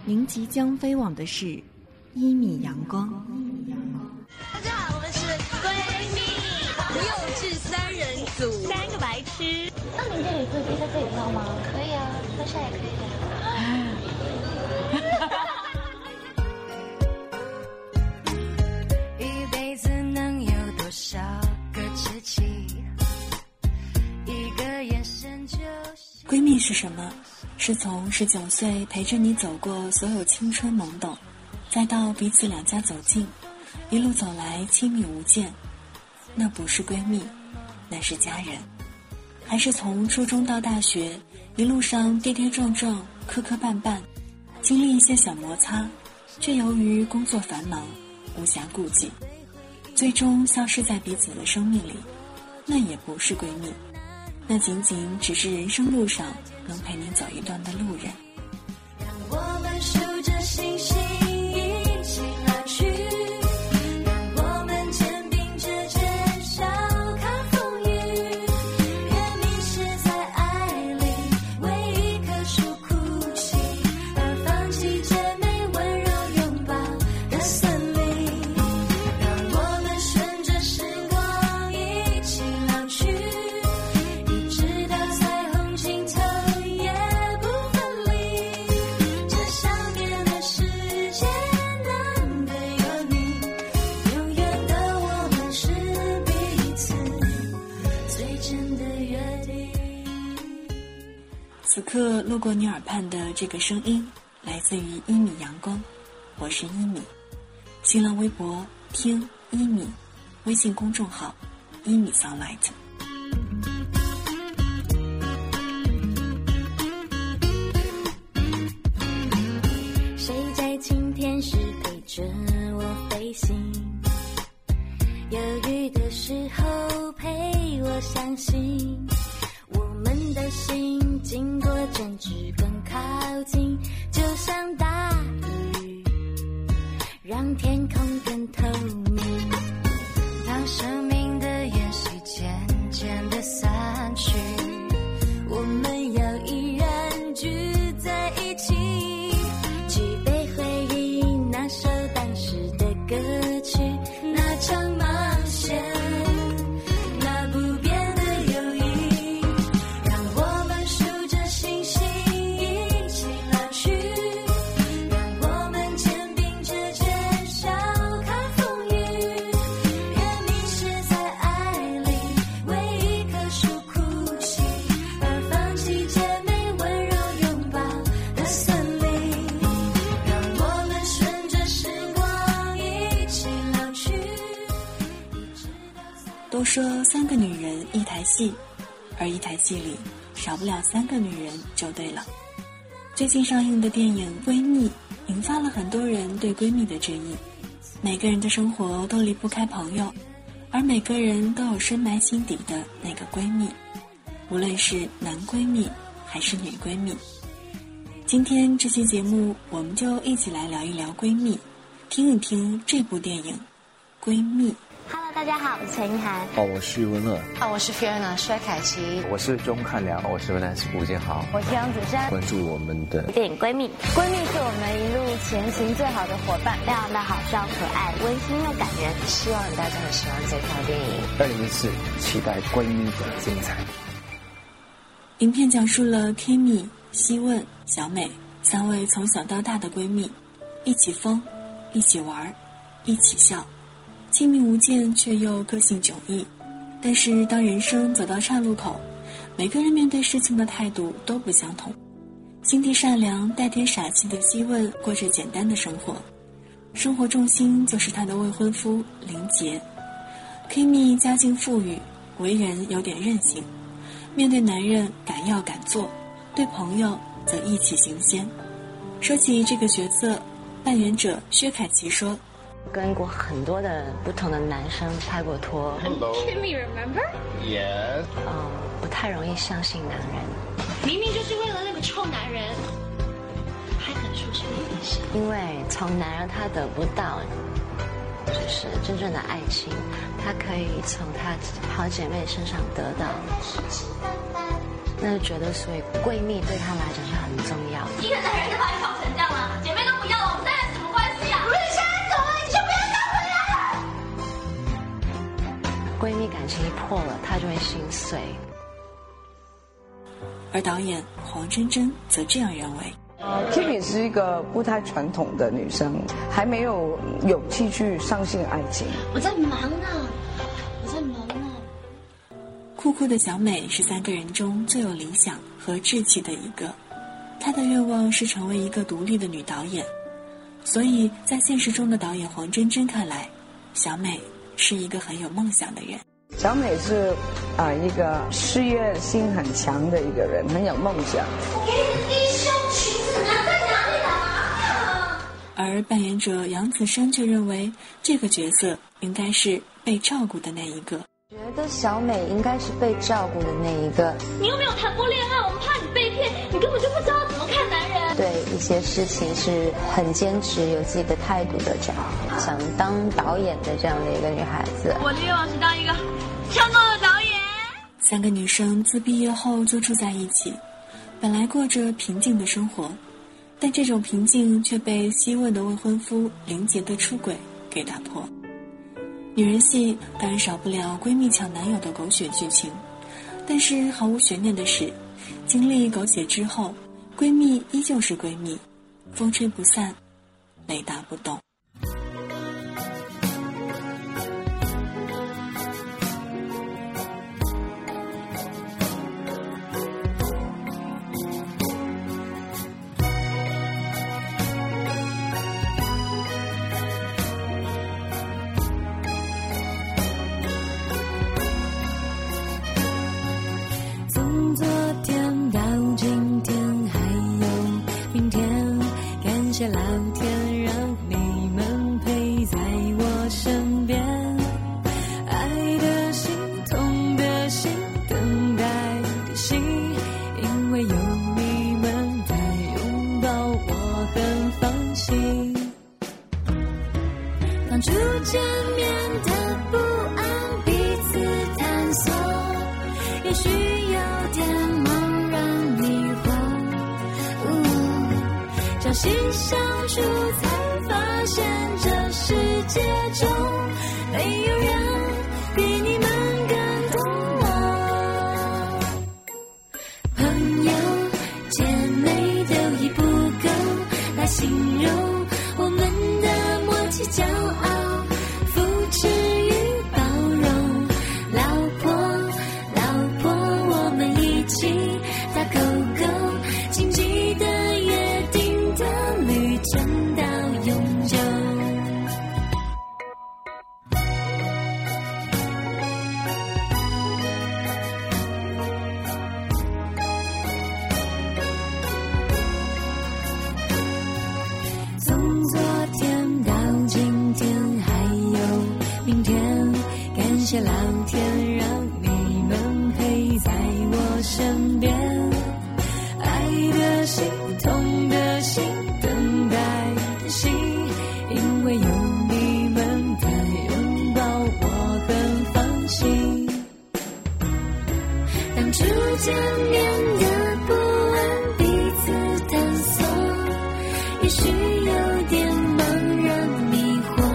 您即将飞往的是1米阳光。 大家好，我们是闺蜜，幼稚3人组，3个白痴。 那明天你可以在这里跳吗？可以啊，喝下也可以的。一辈子能有多少个知己？一个眼神就。 闺蜜是什么？是从19岁陪着你走过所有青春懵懂，再到彼此两家走近，一路走来亲密无间。那不是闺蜜，那是家人。还是从初中到大学，一路上跌跌撞撞，磕磕绊绊，经历一些小摩擦，却由于工作繁忙无暇顾及，最终消失在彼此的生命里。那也不是闺蜜，那仅仅只是人生路上能陪你走一段的路人。 让我们数着星星一起老去，让我们肩并着肩笑看风雨，别迷失在爱里为一棵树哭泣，而放弃姐妹温柔拥抱的森林。让我们顺着时光一起老去，一直到彩虹尽头也不分离。这想念的世界难得有你，永远的我们是彼此最真的约定。 此刻路过你耳畔的这个声音来自于1米阳光，我是1米。新浪微博听1米，微信公众号1米 Sunlight。 谁在晴天时陪着我飞行？犹豫的时候陪我相信，我们的心经过争执更靠近，就像大雨，让天空更透明。当生命的延续渐渐地散去，我们要依然聚在一起，举杯回忆那首当时的歌曲，那场冒险，那不变的友谊。让我们数着星星一起老去，让我们肩并着肩笑看风雨，别迷失在爱里为一棵树哭泣，而放弃姐妹温柔拥抱的森林。让我们顺着时光一起老去， 都说3个女人一台戏，而一台戏里少不了3个女人就对了。最近上映的电影《闺蜜》引发了很多人对闺蜜的质疑。每个人的生活都离不开朋友，而每个人都有深埋心底的那个闺蜜，无论是男闺蜜还是女闺蜜。今天这期节目我们就一起来聊一聊闺蜜，听一听这部电影《闺蜜》。 Hello， 大家好，我是陈意涵。 我是余文乐。 我是 Fiona 薛凯琪。 我是钟汉良。我是Vanessa吴建豪。 我是杨子珊。 关注我们的电影《闺蜜》，闺蜜是我们一路前行最好的伙伴，非常的好笑、可爱、温馨又感人。 希望大家很喜欢这套电影。 2014，期待闺蜜的精彩。 影片讲述了 Kimi、希问、小美3位从小到大的闺蜜，一起疯，一起玩，一起笑，亲密无间却又个性迥异。但是当人生走到岔路口，每个人面对事情的态度都不相同。心地善良带点傻气的希问过着简单的生活，生活重心就是她的未婚夫林杰。 Kimi 家境富裕，为人有点任性，面对男人敢要敢做，对朋友则意气行先。说起这个角色，扮演者薛凯琪说， 跟过很多的不同的男生拍过拖。 Hello Kimi, remember? Yes. 不太容易相信男人， 明明就是为了那个臭男人，还肯说是你的事。 因为从男人他得不到就是真正的爱情，他可以从他好姐妹身上得到，那就觉得所以闺蜜对他来讲是很重要的。 一个男人就把你搞成这样吗？姐妹破了，他就会心碎。 而导演黄真真则这样认为 Kimi 是一个不太传统的女生，还没有勇气去相信爱情。 我在忙呢。 酷酷的小美是3个人中最有理想和志气的一个，她的愿望是成为一个独立的女导演，所以在现实中的导演黄真真看来，小美是一个很有梦想的人。 小美是一个事业心很强的一个人，很有梦想。 我给你的低胸裙子拿在哪里了？ 而扮演者杨子姗却认为这个角色应该是被照顾的那一个。 觉得小美应该是被照顾的那一个。 你又没有谈过恋爱，我们怕你被骗，你根本就不知道怎么看男人。 对一些事情是很坚持，有自己的态度的，这样想当导演的这样的一个女孩子。 我的愿望是当一个成功的导演。 3个女生自毕业后就住在一起，本来过着平静的生活，但这种平静却被希问的未婚夫林杰的出轨给打破。女人戏当然少不了闺蜜抢男友的狗血剧情，但是毫无悬念的是，经历狗血之后，闺蜜依旧是闺蜜，风吹不散，雷打不动。 谢老天让你们陪在我身边，爱的心，痛的心，等待的心，因为有你们的拥抱我很放心。当初见面的不安，彼此探索，也许有点茫然迷惑，朝夕相处才发现这世界中没有人比你们更懂我。朋友姐妹都已不够来形容我们的默契骄傲，扶持与包容。老婆我们一起打勾勾，谨记的约定的旅程到永久。从昨天到今天还有明天，感谢老天让你们陪在我身边，爱的心，痛的心，等待的心，因为有你们的拥抱我很放心。当初见面的不安，彼此探索，也许有点茫然迷惑，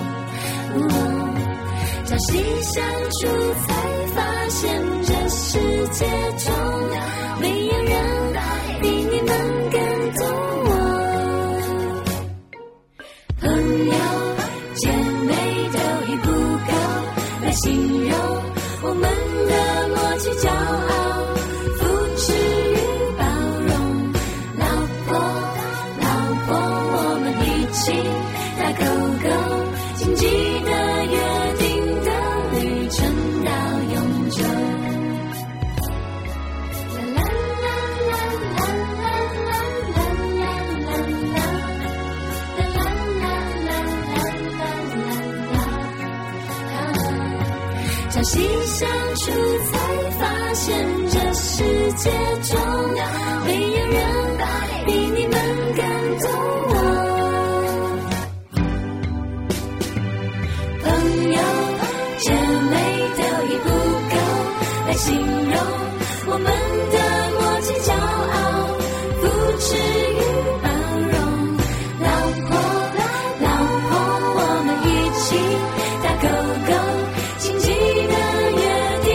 朝夕相处才发现这世界中没有人比你们更懂我。朋友姐妹都已不够来形容我们的默契骄傲，扶持与包容。老婆我们一起打勾勾，谨记的约定的旅程到永久。啦啦啦啦啦啦啦啦啦啦啦，朝夕相处才发现这世界中没有人比你们更懂我。朋友姐妹都已不够来形容我们的默契骄傲，扶持与包容。老婆我们一起打勾勾，谨记的约定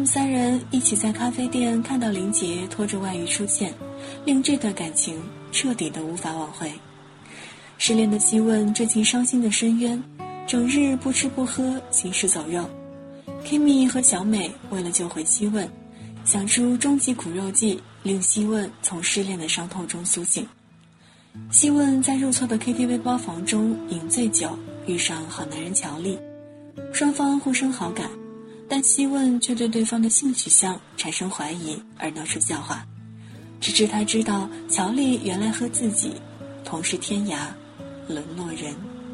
们三人一起在咖啡店看到林杰拖着外遇出现，令这段感情彻底的无法挽回。失恋的希问坠进伤心的深渊，整日不吃不喝，行尸走肉。Kimi 和小美为了救回希问，想出终极苦肉计，令希问从失恋的伤痛中苏醒。希问在入错的 KTV 包房中饮醉酒，遇上好男人乔丽，双方互生好感，但希问却对对方的性取向产生怀疑而闹出笑话，直至他知道乔丽原来和自己同是天涯沦落人。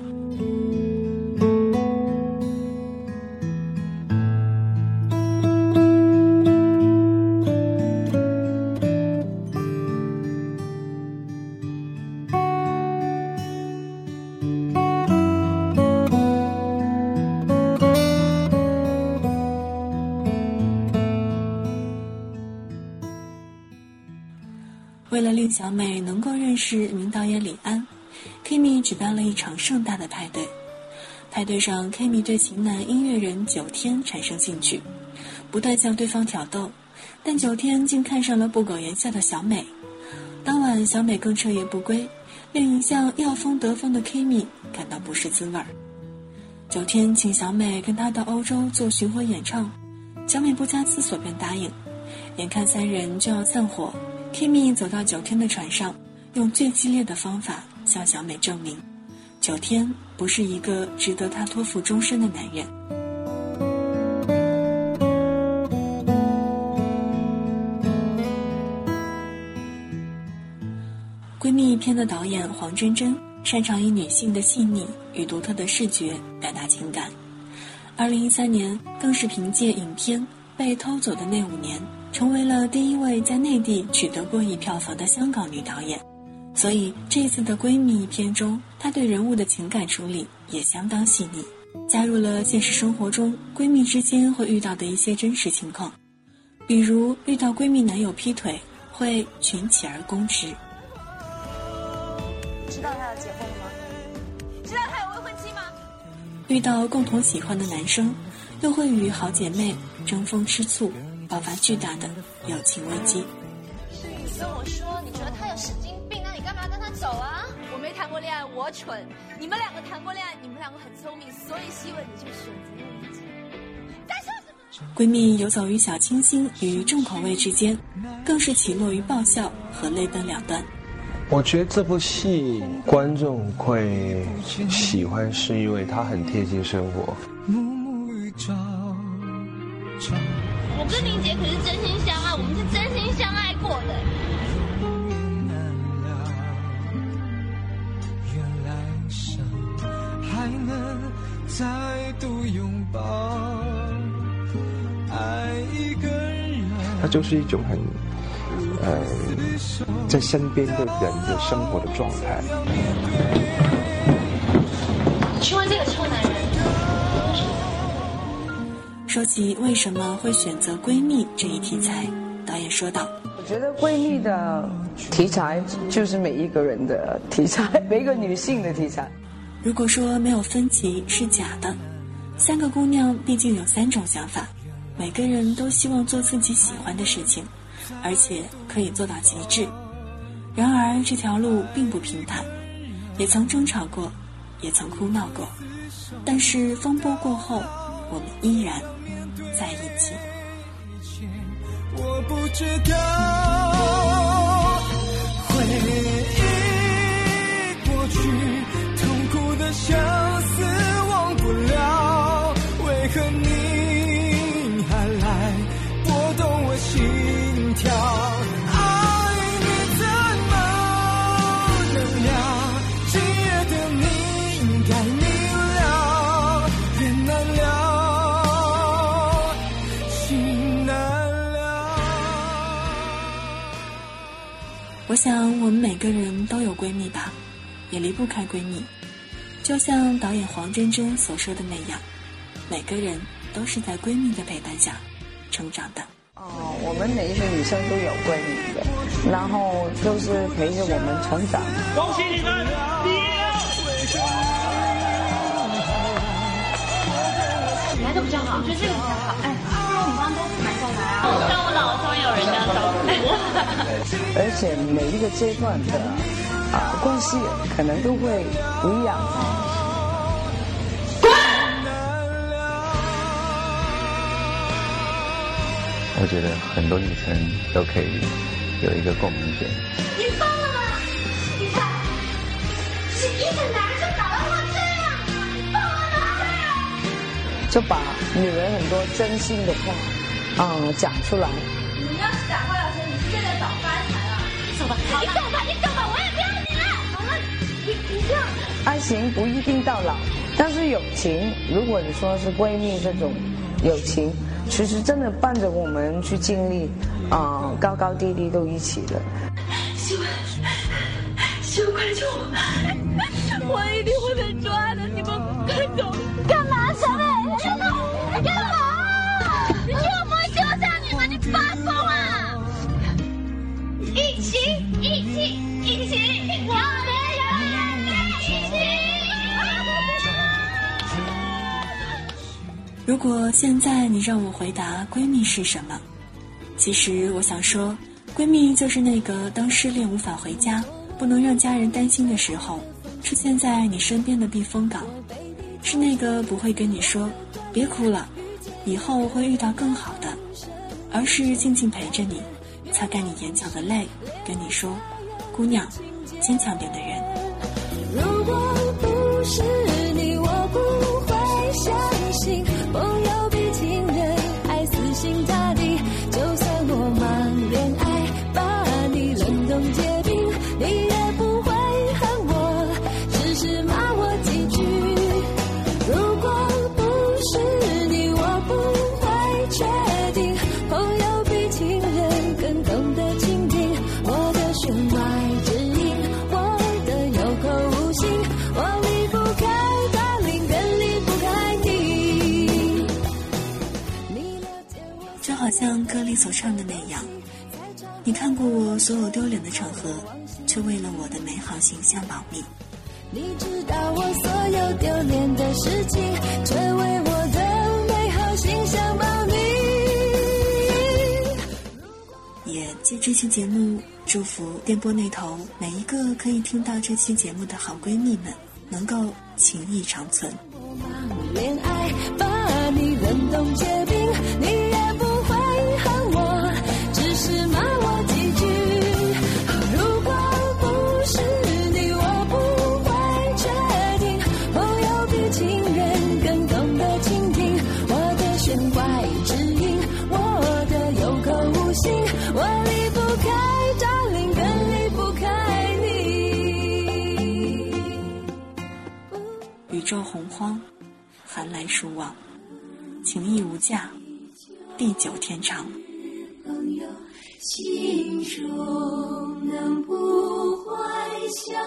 为了令小美能够认识名导演李安， Kimi 举办了一场盛大的派对。派对上 Kimi 对型男音乐人九天产生兴趣，不断向对方挑逗，但九天竟看上了不苟言笑的小美。当晚小美更彻夜不归，令一向要风得风的 Kimi 感到不是滋味。九天请小美跟他到欧洲做巡回演唱，小美不加思索便答应。眼看三人就要散伙， Kimi 走到九天的船上，用最激烈的方法向小美证明，九天不是一个值得他托付终身的男人。闺蜜片的导演黄真真擅长以女性的细腻与独特的视觉表达情感。2013年更是凭借影片《被偷走的那5年》成为了第一位在内地取得过亿票房的香港女导演。所以这一次的闺蜜片中，她对人物的情感处理也相当细腻，加入了现实生活中闺蜜之间会遇到的一些真实情况，比如遇到闺蜜男友劈腿会群起而攻之。 知道他要结婚了吗？知道他有未婚妻吗？ 遇到共同喜欢的男生，又会与好姐妹争风吃醋，爆发巨大的友情危机。 是你跟我说你觉得他有神经病，那你干嘛跟他走啊？我没谈过恋爱，我蠢。你们两个谈过恋爱，你们两个很聪明，所以希望你就选择了一起。在说什么？ 闺蜜游走于小清新与重口味之间，更是起落于爆笑和泪奔两端。 我觉得这部戏观众会喜欢，是因为它很贴近生活。 我跟林杰可是真心相爱，我们是真心相爱过的。 原来生还能再度拥抱爱一个人。 它就是一种很在身边的人的生活的状态。 去问这个臭男人。 说起为什么会选择闺蜜这一题材，导演说道： 我觉得闺蜜的题材就是每一个人的题材，每一个女性的题材。 如果说没有分歧是假的，3个姑娘毕竟有3种想法，每个人都希望做自己喜欢的事情，而且可以做到极致。然而这条路并不平坦，也曾争吵过，也曾哭闹过，但是风波过后，我们依然在一起。 我不知道回忆过去，痛苦的相思忘不了，为何你还来拨动我心跳？爱你怎么能了？今夜的你应该明了，人难了，心难了。 我想我们每个人都有闺蜜吧，也离不开闺蜜。就像导演黄真真所说的那样，每个人都是在闺蜜的陪伴下成长的。 我们每一个女生都有闺蜜的，然后都是陪着我们成长。 恭喜你们， 哪个比较好？我觉得这个比较好。哎。 红包都买下来啊！当我老终于有人家照顾我。 而且每一个阶段的关系可能都会不一样。 我觉得很多女生都可以有一个共鸣点。 你疯了吗？你看，是一个男人打到我这样，疯了吗？ 就把女人很多真心的话讲出来。 你们要是讲话要说，你现在早发财了。走吧，你走吧，你走吧，我也不要你了。好了，你这样。 爱情不一定到老，但是友情，如果你说是闺蜜这种友情，其实真的伴着我们去经历高高低低都一起的。 希望快来救我！我一定会被抓的，你们快走！干嘛，小美？你干嘛？你觉得我不会救下你吗？你发疯了！一起，我们永远在一起。 如果现在你让我回答闺蜜是什么，其实我想说，闺蜜就是那个当失恋无法回家，不能让家人担心的时候，出现在你身边的避风港，是那个不会跟你说别哭了，以后会遇到更好的，而是静静陪着你，擦干你眼角的泪，跟你说姑娘，坚强点的人。 如果不是你，我不会相信朋友比情人还死心塌地。就算我忙恋爱，把你冷冻结冰，你也不会恨我，只是骂我几句。如果不是你，我不会确定朋友比情人更懂得倾听我的弦外之音，我的有口无心，我离不开darling，更离不开你。 就好像歌里所唱的那样，你看过我所有丢脸的场合，却为了我的美好形象保密。 你知道我所有丢脸的事情，却为我的美好形象保密。 也借这期节目祝福电波那头每一个可以听到这期节目的好闺蜜们，能够情谊长存。 恋爱把你冷冻结冰，你也不会恨我，只是骂我几句。如果不是你，我不会确定朋友比情人更懂得倾听我的弦外之音，我的有口无心，我离不开darling，更离不开你。 宇宙洪荒，寒来暑往，情义无价，地久天长。 朋友心中能不怀笑，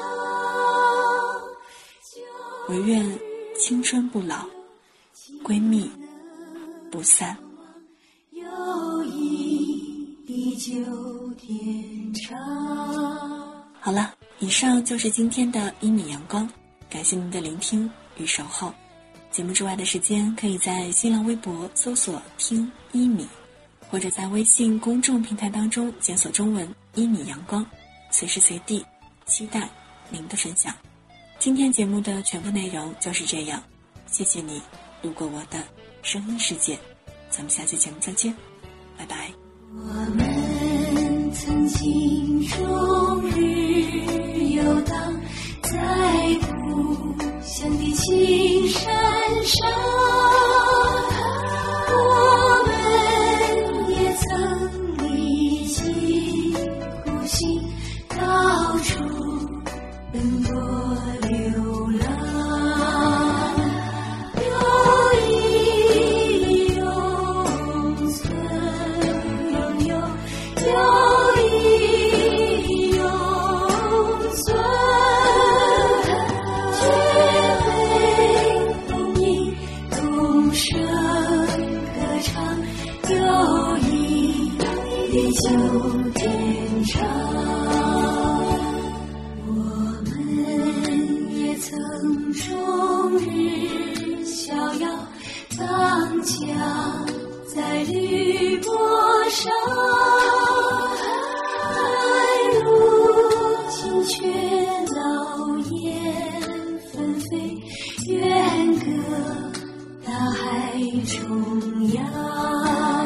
唯愿青春不老，闺蜜不散。 友谊地久天长。 好了，以上就是今天的一米阳光，感谢您的聆听与守候。节目之外的时间，可以在新浪微博搜索听一米，或者在微信公众平台当中检索中文一米阳光，随时随地期待您的分享。今天节目的全部内容就是这样，谢谢你路过我的声音世界，咱们下期节目再见，拜拜。 我们曾经终日游荡在故乡的青山上，我们也曾历尽苦辛，到处奔波流浪，友谊永存，永有友谊永存。地久天长，我们也曾终日逍遥，荡桨在在绿陌上，来路尽却老燕纷飞，远隔大海中央。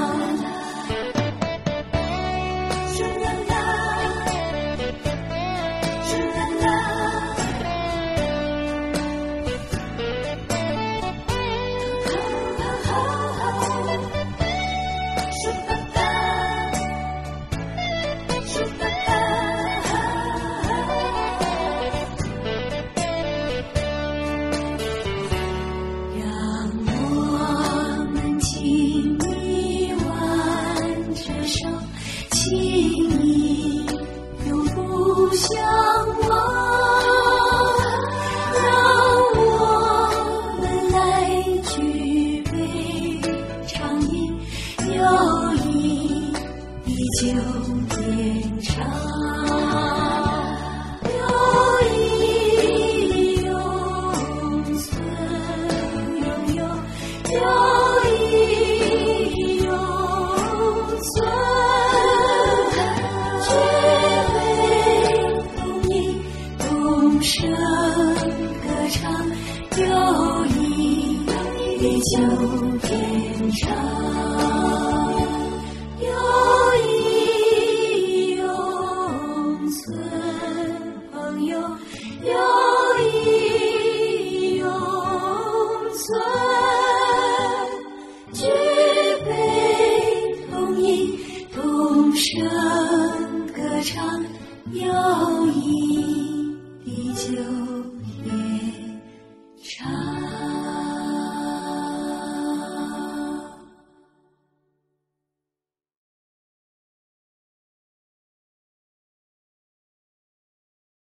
友谊。